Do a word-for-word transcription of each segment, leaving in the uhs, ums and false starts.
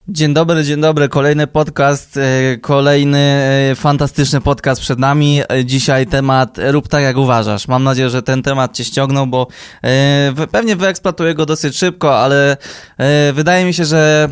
Dzień dobry, dzień dobry. Kolejny podcast, kolejny fantastyczny podcast przed nami. Dzisiaj temat rób tak jak uważasz. Mam nadzieję, że ten temat cię ściągnął, bo pewnie wyeksploatuję go dosyć szybko, ale wydaje mi się, że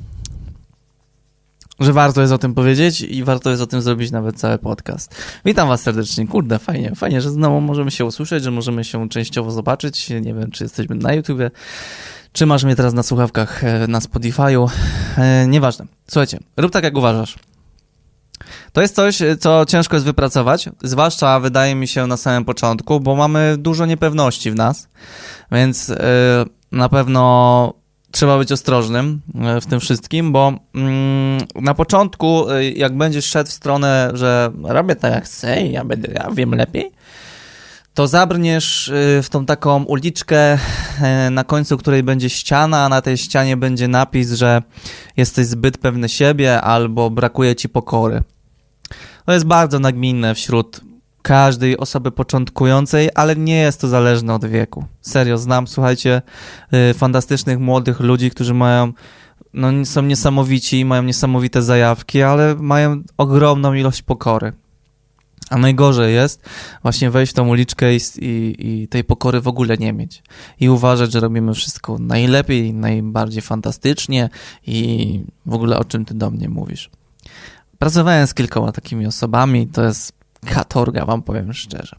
że warto jest o tym powiedzieć i warto jest o tym zrobić nawet cały podcast. Witam was serdecznie. Kurde, fajnie, fajnie, że znowu możemy się usłyszeć, że możemy się częściowo zobaczyć. Nie wiem, czy jesteśmy na YouTubie, czy masz mnie teraz na słuchawkach na Spotify'u. E, nieważne. Słuchajcie, rób tak jak uważasz. To jest coś, co ciężko jest wypracować, zwłaszcza wydaje mi się na samym początku, bo mamy dużo niepewności w nas, więc e, na pewno trzeba być ostrożnym w tym wszystkim, bo mm, na początku, jak będziesz szedł w stronę, że robię tak jak chcę i ja, będę, ja wiem lepiej, to zabrniesz w tą taką uliczkę, na końcu której będzie ściana, a na tej ścianie będzie napis, że jesteś zbyt pewny siebie albo brakuje ci pokory. To jest bardzo nagminne wśród każdej osoby początkującej, ale nie jest to zależne od wieku. Serio, znam, słuchajcie, fantastycznych młodych ludzi, którzy mają, no są niesamowici, mają niesamowite zajawki, ale mają ogromną ilość pokory. A najgorzej jest właśnie wejść w tą uliczkę i, i, i tej pokory w ogóle nie mieć. I uważać, że robimy wszystko najlepiej, najbardziej fantastycznie i w ogóle o czym ty do mnie mówisz. Pracowałem z kilkoma takimi osobami, to jest katorga, wam powiem szczerze.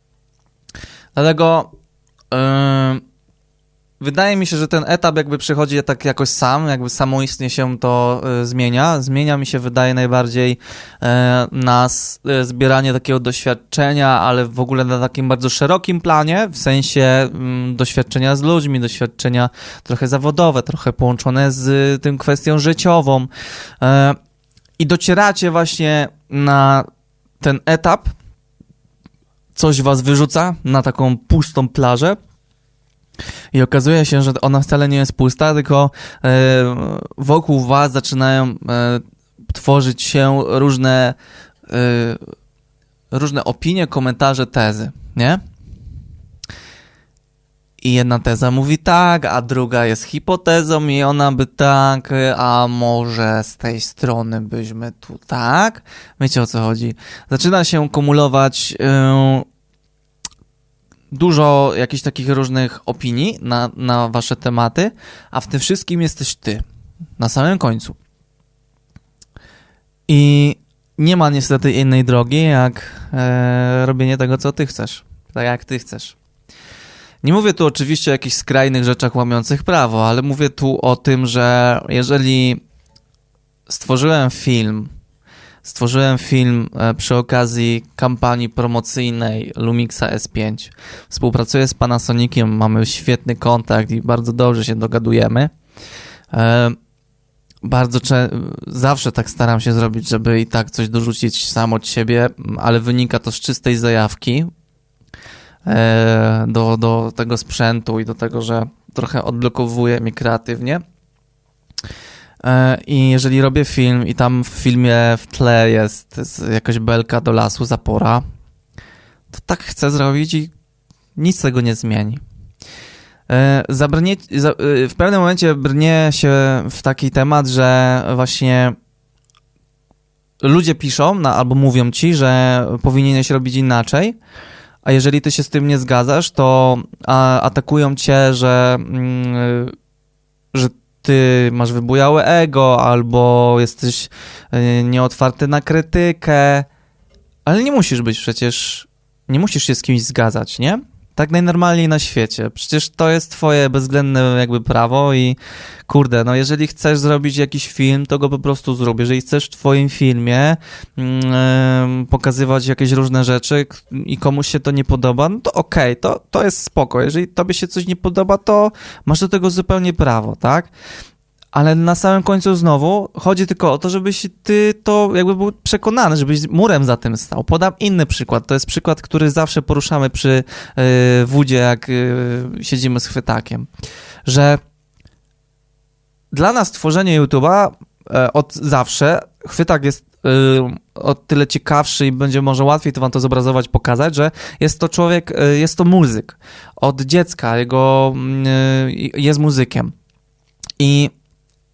Dlatego yy, wydaje mi się, że ten etap jakby przychodzi tak jakoś sam, jakby samoistnie się to y, zmienia. Zmienia mi się, wydaje, najbardziej y, na y, zbieranie takiego doświadczenia, ale w ogóle na takim bardzo szerokim planie, w sensie y, doświadczenia z ludźmi, doświadczenia trochę zawodowe, trochę połączone z y, tym kwestią życiową. Y, I docieracie właśnie na ten etap, coś was wyrzuca na taką pustą plażę i okazuje się, że ona wcale nie jest pusta, tylko e, wokół was zaczynają e, tworzyć się różne e, różne opinie, komentarze, tezy, nie? I jedna teza mówi tak, a druga jest hipotezą i ona by tak, a może z tej strony byśmy tu tak? Wiecie, o co chodzi? Zaczyna się kumulować yy, dużo jakichś takich różnych opinii na, na wasze tematy, a w tym wszystkim jesteś ty, na samym końcu. I nie ma niestety innej drogi, jak yy, robienie tego, co ty chcesz. Tak jak ty chcesz. Nie mówię tu oczywiście o jakichś skrajnych rzeczach łamiących prawo, ale mówię tu o tym, że jeżeli stworzyłem film, stworzyłem film przy okazji kampanii promocyjnej Lumixa S pięć, współpracuję z Panasoniciem, mamy świetny kontakt i bardzo dobrze się dogadujemy. Bardzo cze- zawsze tak staram się zrobić, żeby i tak coś dorzucić sam od siebie, ale wynika to z czystej zajawki do, do tego sprzętu i do tego, że trochę odblokowuje mnie kreatywnie. I jeżeli robię film i tam w filmie w tle jest jakaś belka do lasu, zapora, to tak chcę zrobić i nic tego nie zmieni. Zabrnie, w pewnym momencie brnie się w taki temat, że właśnie ludzie piszą na, albo mówią ci, że powinieneś robić inaczej, a jeżeli ty się z tym nie zgadzasz, to a, atakują cię, że, mm, że ty masz wybujałe ego albo jesteś y, nieotwarty na krytykę, ale nie musisz być przecież, nie musisz się z kimś zgadzać, nie? Tak najnormalniej na świecie. Przecież to jest twoje bezwzględne jakby prawo i kurde, no jeżeli chcesz zrobić jakiś film, to go po prostu zrób. Jeżeli chcesz w twoim filmie yy, pokazywać jakieś różne rzeczy i komuś się to nie podoba, no to okej, okay, to, to jest spoko. Jeżeli tobie się coś nie podoba, to masz do tego zupełnie prawo, tak? Ale na samym końcu znowu chodzi tylko o to, żebyś ty to jakby był przekonany, żebyś murem za tym stał. Podam inny przykład. To jest przykład, który zawsze poruszamy przy yy, wódzie, jak yy, siedzimy z chwytakiem. Że dla nas tworzenie YouTube'a yy, od zawsze, chwytak jest yy, o tyle ciekawszy i będzie może łatwiej to wam to zobrazować, pokazać, że jest to człowiek, yy, jest to muzyk. Od dziecka jego yy, jest muzykiem. I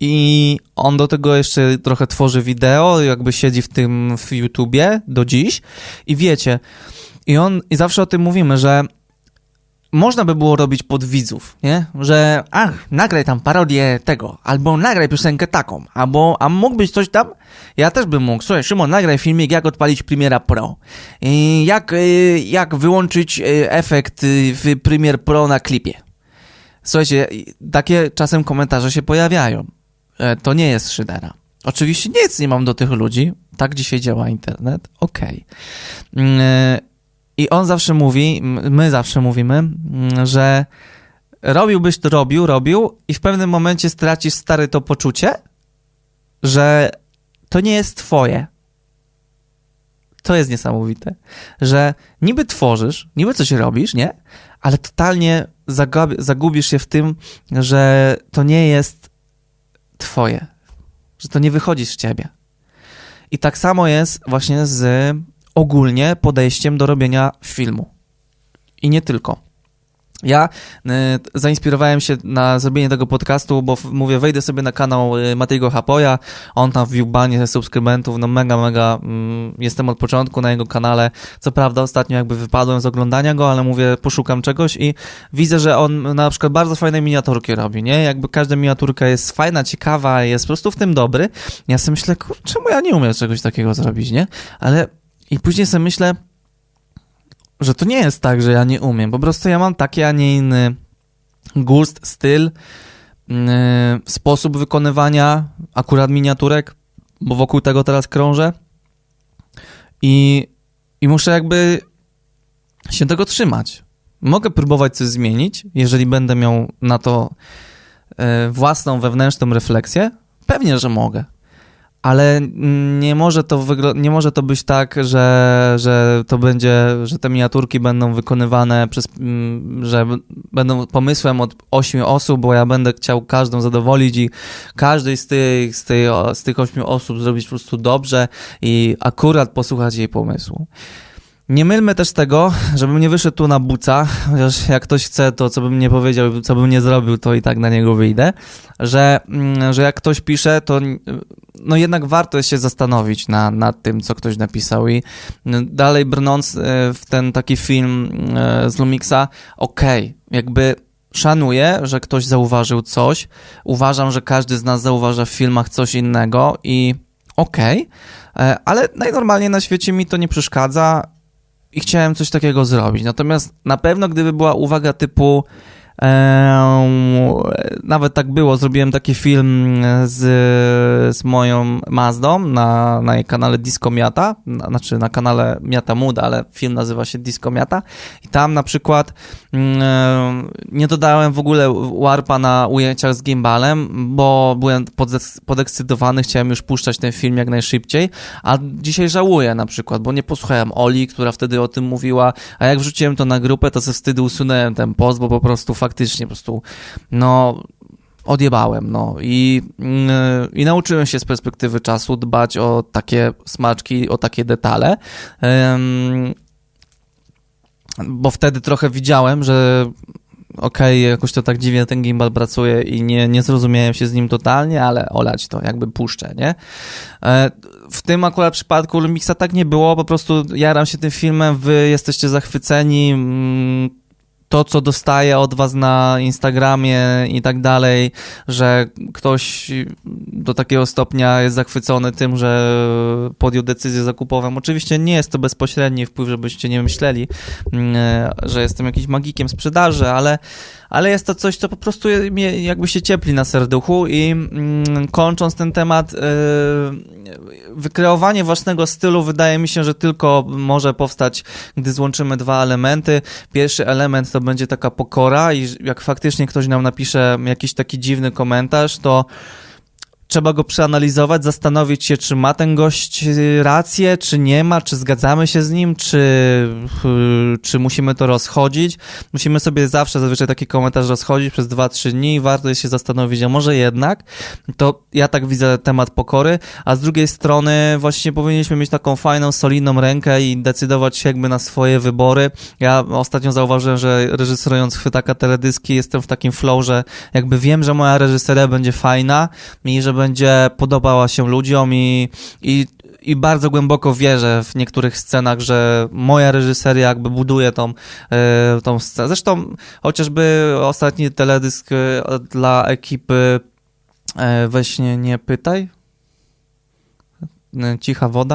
i on do tego jeszcze trochę tworzy wideo, jakby siedzi w tym w YouTubie do dziś i wiecie, i on, i zawsze o tym mówimy, że można by było robić pod widzów, nie? Że ach, nagraj tam parodię tego, albo nagraj piosenkę taką, albo a mógłbyś coś tam? Ja też bym mógł. Słuchaj, Szymon, nagraj filmik, jak odpalić Premiera Pro. I jak, jak wyłączyć efekt w Premiere Pro na klipie. Słuchajcie, takie czasem komentarze się pojawiają. To nie jest szydera. Oczywiście nic nie mam do tych ludzi. Tak dzisiaj działa internet. Okej. Okay. I on zawsze mówi, my zawsze mówimy, że robiłbyś to, robił, robił i w pewnym momencie stracisz stary to poczucie, że to nie jest twoje. To jest niesamowite, że niby tworzysz, niby coś robisz, nie? Ale totalnie zagubi- zagubisz się w tym, że to nie jest twoje, że to nie wychodzi z ciebie. I tak samo jest właśnie z ogólnie podejściem do robienia filmu. I nie tylko. Ja y, zainspirowałem się na zrobienie tego podcastu, bo w, mówię, wejdę sobie na kanał y, Matejego Hapoja, on tam wbił banie subskrybentów, no mega, mega, y, jestem od początku na jego kanale, co prawda ostatnio jakby wypadłem z oglądania go, ale mówię, poszukam czegoś i widzę, że on na przykład bardzo fajne miniaturki robi, nie? Jakby każda miniaturka jest fajna, ciekawa, jest po prostu w tym dobry. Ja sobie myślę, kur, czemu ja nie umiem czegoś takiego zrobić, nie? Ale i później sobie myślę, że to nie jest tak, że ja nie umiem. Po prostu ja mam taki, a nie inny gust, styl, yy, sposób wykonywania akurat miniaturek, bo wokół tego teraz krążę. I, i muszę jakby się tego trzymać. Mogę próbować coś zmienić, jeżeli będę miał na to yy, własną wewnętrzną refleksję. Pewnie, że mogę. Ale nie może to wygl- nie może to być tak, że, że to będzie, że te miniaturki będą wykonywane przez, że będą pomysłem od ośmiu osób, bo ja będę chciał każdą zadowolić i każdej z tych, z tej, z tych ośmiu osób zrobić po prostu dobrze i akurat posłuchać jej pomysłu. Nie mylmy też tego, żebym nie wyszedł tu na buca, chociaż jak ktoś chce, to co bym nie powiedział, co bym nie zrobił, to i tak na niego wyjdę, że, że jak ktoś pisze, to no jednak warto jest się zastanowić na, nad tym, co ktoś napisał i dalej brnąc w ten taki film z Lumixa, okej, okay, jakby szanuję, że ktoś zauważył coś, uważam, że każdy z nas zauważa w filmach coś innego i okej, okay, ale najnormalniej na świecie mi to nie przeszkadza i chciałem coś takiego zrobić. Natomiast na pewno gdyby była uwaga typu Eee, nawet tak było, zrobiłem taki film z, z moją Mazdą na, na jej kanale Disco Miata, na, znaczy na kanale Miata Mood, ale film nazywa się Disco Miata i tam na przykład mm, nie dodałem w ogóle warpa na ujęciach z gimbalem, bo byłem podeks- podekscytowany, chciałem już puszczać ten film jak najszybciej, a dzisiaj żałuję na przykład, bo nie posłuchałem Oli, która wtedy o tym mówiła, a jak wrzuciłem to na grupę, to ze wstydu usunąłem ten post, bo po prostu faktycznie po prostu, no, odjebałem, no i, yy, i nauczyłem się z perspektywy czasu dbać o takie smaczki, o takie detale, yy, bo wtedy trochę widziałem, że okej, okay, jakoś to tak dziwnie ten gimbal pracuje i nie, nie zrozumiałem się z nim totalnie, ale olać to, jakby puszczę, nie? Yy, w tym akurat przypadku Lumixa tak nie było, po prostu jaram się tym filmem, wy jesteście zachwyceni, yy, to, co dostaję od was na Instagramie i tak dalej, że ktoś do takiego stopnia jest zachwycony tym, że podjął decyzję zakupową. Oczywiście nie jest to bezpośredni wpływ, żebyście nie myśleli, że jestem jakimś magikiem sprzedaży, ale, ale jest to coś, co po prostu mnie jakby się ciepli na serduchu i kończąc ten temat, wykreowanie własnego stylu wydaje mi się, że tylko może powstać, gdy złączymy dwa elementy. Pierwszy element to będzie taka pokora i jak faktycznie ktoś nam napisze jakiś taki dziwny komentarz, to trzeba go przeanalizować, zastanowić się, czy ma ten gość rację, czy nie ma, czy zgadzamy się z nim, czy, czy musimy to rozchodzić. Musimy sobie zawsze zazwyczaj taki komentarz rozchodzić przez dwa trzy dni i warto jest się zastanowić, a może jednak, to ja tak widzę temat pokory, a z drugiej strony właśnie powinniśmy mieć taką fajną, solidną rękę i decydować się jakby na swoje wybory. Ja ostatnio zauważyłem, że reżyserując Chwytaka teledyski jestem w takim flow, że jakby wiem, że moja reżyseria będzie fajna i że będzie podobała się ludziom i, i, i bardzo głęboko wierzę w niektórych scenach, że moja reżyseria jakby buduje tą, e, tą scenę. Zresztą chociażby ostatni teledysk dla ekipy e, Weź nie, nie pytaj, Cicha woda,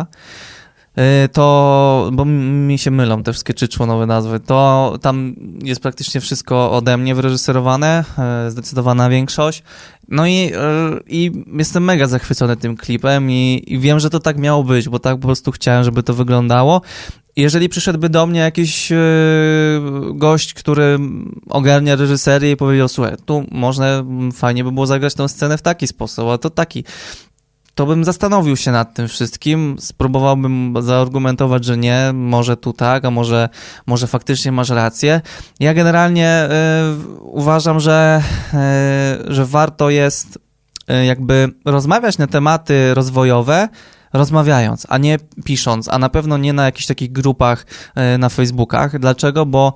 to, bo mi się mylą te wszystkie trzyczłonowe nazwy, to tam jest praktycznie wszystko ode mnie wyreżyserowane, zdecydowana większość. No i, i jestem mega zachwycony tym klipem i, i wiem, że to tak miało być, bo tak po prostu chciałem, żeby to wyglądało. Jeżeli przyszedłby do mnie jakiś yy, gość, który ogarnia reżyserię i powiedział, słuchaj, tu można, fajnie by było zagrać tę scenę w taki sposób, a to taki, to bym zastanowił się nad tym wszystkim, spróbowałbym zaargumentować, że nie, może tu tak, a może, może faktycznie masz rację. Ja generalnie y, uważam, że, y, że warto jest y, jakby rozmawiać na tematy rozwojowe, rozmawiając, a nie pisząc, a na pewno nie na jakichś takich grupach y, na Facebookach. Dlaczego? Bo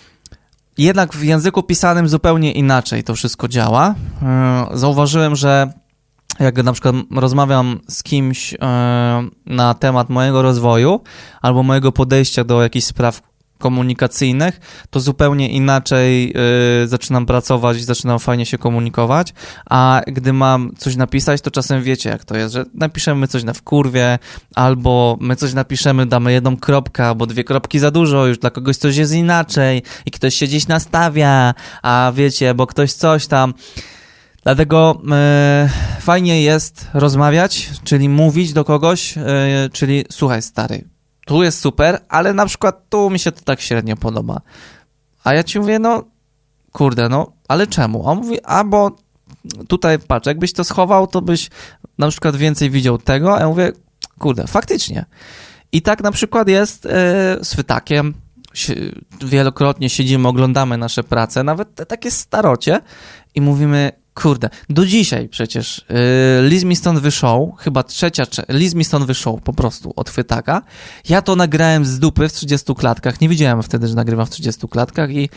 jednak w języku pisanym zupełnie inaczej to wszystko działa. Y, zauważyłem, że jak na przykład rozmawiam z kimś yy, na temat mojego rozwoju albo mojego podejścia do jakichś spraw komunikacyjnych, to zupełnie inaczej yy, zaczynam pracować i zaczynam fajnie się komunikować, a gdy mam coś napisać, to czasem wiecie jak to jest, że napiszemy coś na wkurwie, albo my coś napiszemy, damy jedną kropkę, albo dwie kropki za dużo, już dla kogoś coś jest inaczej i ktoś się gdzieś nastawia, a wiecie, bo ktoś coś tam... Dlatego e, fajnie jest rozmawiać, czyli mówić do kogoś, e, czyli słuchaj stary, tu jest super, ale na przykład tu mi się to tak średnio podoba. A ja ci mówię, no kurde, no ale czemu? A on mówi, a bo tutaj patrz, jakbyś to schował, to byś na przykład więcej widział tego, a ja mówię, kurde, faktycznie. I tak na przykład jest e, z Chwytakiem. Wielokrotnie siedzimy, oglądamy nasze prace, nawet te takie starocie i mówimy, kurde, do dzisiaj przecież yy, Liz mi stąd wyszł, chyba trzecia, Liz mi stąd wyszł po prostu od Chwytaka. Ja to nagrałem z dupy w trzydziestu klatkach, nie wiedziałem wtedy, że nagrywam w trzydziestu klatkach i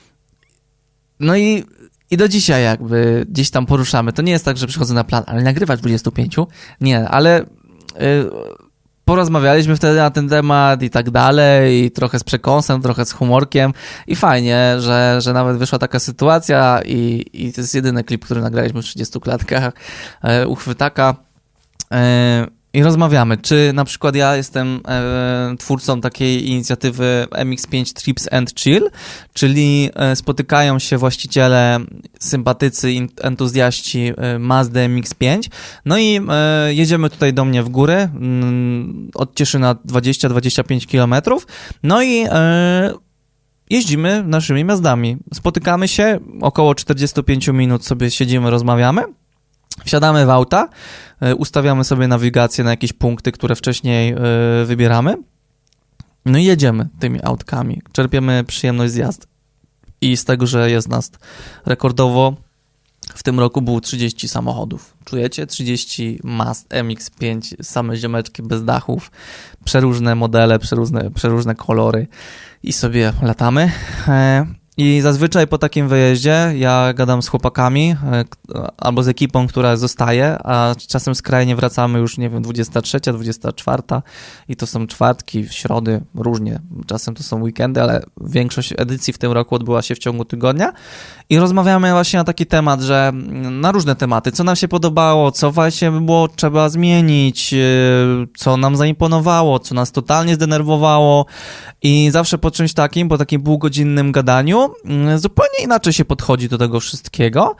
no i, i do dzisiaj jakby gdzieś tam poruszamy. To nie jest tak, że przychodzę na plan, ale nagrywać w dwudziestu pięciu? Nie, ale... Yy, porozmawialiśmy wtedy na ten temat i tak dalej, i trochę z przekąsem, trochę z humorkiem i fajnie, że, że nawet wyszła taka sytuacja i, i to jest jedyny klip, który nagraliśmy w trzydziestu klatkach e, u Chwytaka. E, I rozmawiamy, czy na przykład ja jestem e, twórcą takiej inicjatywy M X pięć Trips and Chill, czyli e, spotykają się właściciele, sympatycy, in, entuzjaści e, Mazdy M X pięć, no i e, jedziemy tutaj do mnie w górę, m, od Cieszyna dwadzieścia do dwudziestu pięciu kilometrów, no i e, jeździmy naszymi Mazdami. Spotykamy się, około czterdzieści pięć minut sobie siedzimy, rozmawiamy. Wsiadamy w auta, ustawiamy sobie nawigację na jakieś punkty, które wcześniej wybieramy, no i jedziemy tymi autkami. Czerpiemy przyjemność z jazdy i z tego, że jest nas rekordowo, w tym roku było trzydzieści samochodów. Czujecie? trzydzieści Mazd M X pięć, same ziomeczki bez dachów, przeróżne modele, przeróżne, przeróżne kolory i sobie latamy. I zazwyczaj po takim wyjeździe ja gadam z chłopakami albo z ekipą, która zostaje, a czasem skrajnie wracamy już, nie wiem, dwudziesta trzecia, dwudziesta czwarta i to są czwartki, środy, różnie. Czasem to są weekendy, ale większość edycji w tym roku odbyła się w ciągu tygodnia i rozmawiamy właśnie na taki temat, że na różne tematy, co nam się podobało, co właśnie było trzeba zmienić, co nam zaimponowało, co nas totalnie zdenerwowało i zawsze po czymś takim, po takim półgodzinnym gadaniu zupełnie inaczej się podchodzi do tego wszystkiego,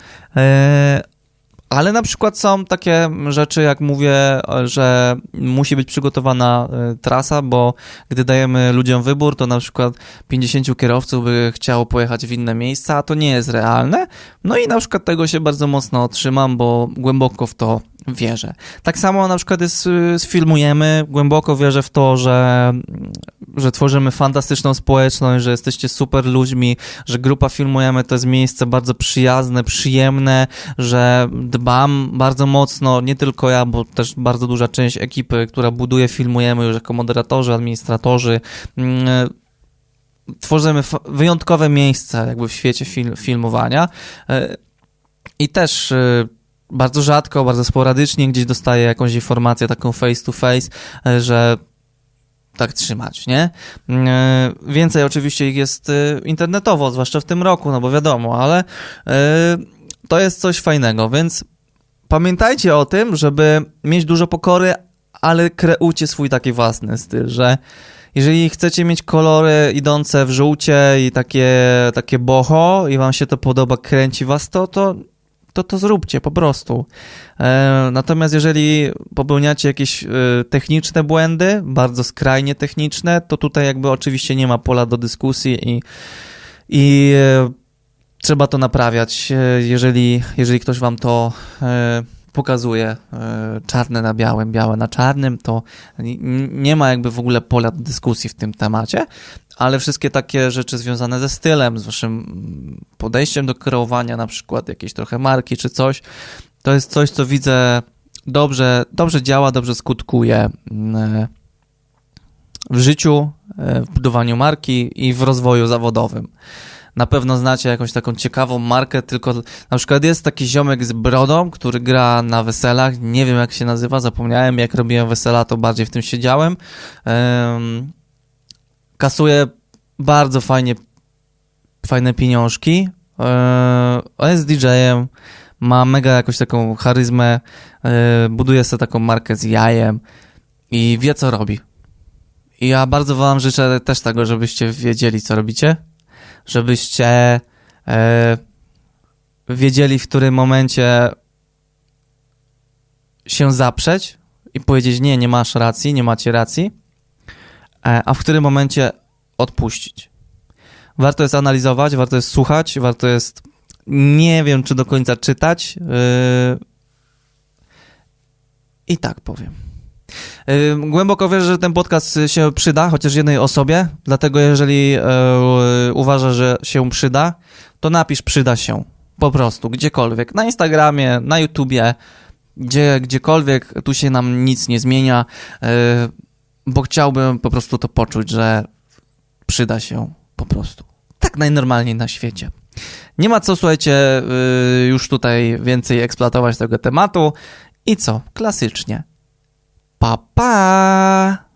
ale na przykład są takie rzeczy, jak mówię, że musi być przygotowana trasa, bo gdy dajemy ludziom wybór, to na przykład pięćdziesięciu kierowców by chciało pojechać w inne miejsca, a to nie jest realne. No i na przykład tego się bardzo mocno trzymam, bo głęboko w to wierzę. Tak samo na przykład jest z Filmujemy. Głęboko wierzę w to, że, że tworzymy fantastyczną społeczność, że jesteście super ludźmi, że grupa Filmujemy to jest miejsce bardzo przyjazne, przyjemne, że dbam bardzo mocno, nie tylko ja, bo też bardzo duża część ekipy, która buduje Filmujemy już jako moderatorzy, administratorzy. Tworzymy wyjątkowe miejsce jakby w świecie fil- filmowania i też bardzo rzadko, bardzo sporadycznie gdzieś dostaję jakąś informację taką face to face, że tak trzymać, nie? Więcej oczywiście ich jest internetowo, zwłaszcza w tym roku, no bo wiadomo, ale to jest coś fajnego, więc pamiętajcie o tym, żeby mieć dużo pokory, ale kreujcie swój taki własny styl, że jeżeli chcecie mieć kolory idące w żółcie i takie, takie boho i wam się to podoba, kręci was to, to to to zróbcie po prostu. E, natomiast jeżeli popełniacie jakieś e, techniczne błędy, bardzo skrajnie techniczne, to tutaj jakby oczywiście nie ma pola do dyskusji i, i e, trzeba to naprawiać, e, jeżeli, jeżeli ktoś wam to e, pokazuje e, czarne na białym, białe na czarnym, to nie, nie ma jakby w ogóle pola do dyskusji w tym temacie, ale wszystkie takie rzeczy związane ze stylem, z waszym podejściem do kreowania, na przykład jakieś trochę marki czy coś, to jest coś, co widzę dobrze, dobrze działa, dobrze skutkuje w życiu, w budowaniu marki i w rozwoju zawodowym. Na pewno znacie jakąś taką ciekawą markę, tylko na przykład jest taki ziomek z brodą, który gra na weselach, nie wiem jak się nazywa, zapomniałem, jak robiłem wesela, to bardziej w tym siedziałem. Um, kasuje bardzo fajnie, fajne pieniążki. Yy, on jest didżejem, ma mega jakąś taką charyzmę, yy, buduje sobie taką markę z jajem i wie, co robi. I ja bardzo wam życzę też tego, żebyście wiedzieli, co robicie, żebyście yy, wiedzieli, w którym momencie się zaprzeć i powiedzieć, nie, nie masz racji, nie macie racji, a w którym momencie odpuścić. Warto jest analizować, warto jest słuchać, warto jest, nie wiem, czy do końca czytać. Yy... I tak powiem. Yy, głęboko wierzę, że ten podcast się przyda, chociaż jednej osobie, dlatego jeżeli yy, uważasz, że się przyda, to napisz przyda się. Po prostu, gdziekolwiek. Na Instagramie, na YouTubie, gdzie, gdziekolwiek, tu się nam nic nie zmienia, yy, bo chciałbym po prostu to poczuć, że przyda się po prostu. Tak najnormalniej na świecie. Nie ma co, słuchajcie, yy, już tutaj więcej eksploatować tego tematu. I co? Klasycznie. Pa, pa!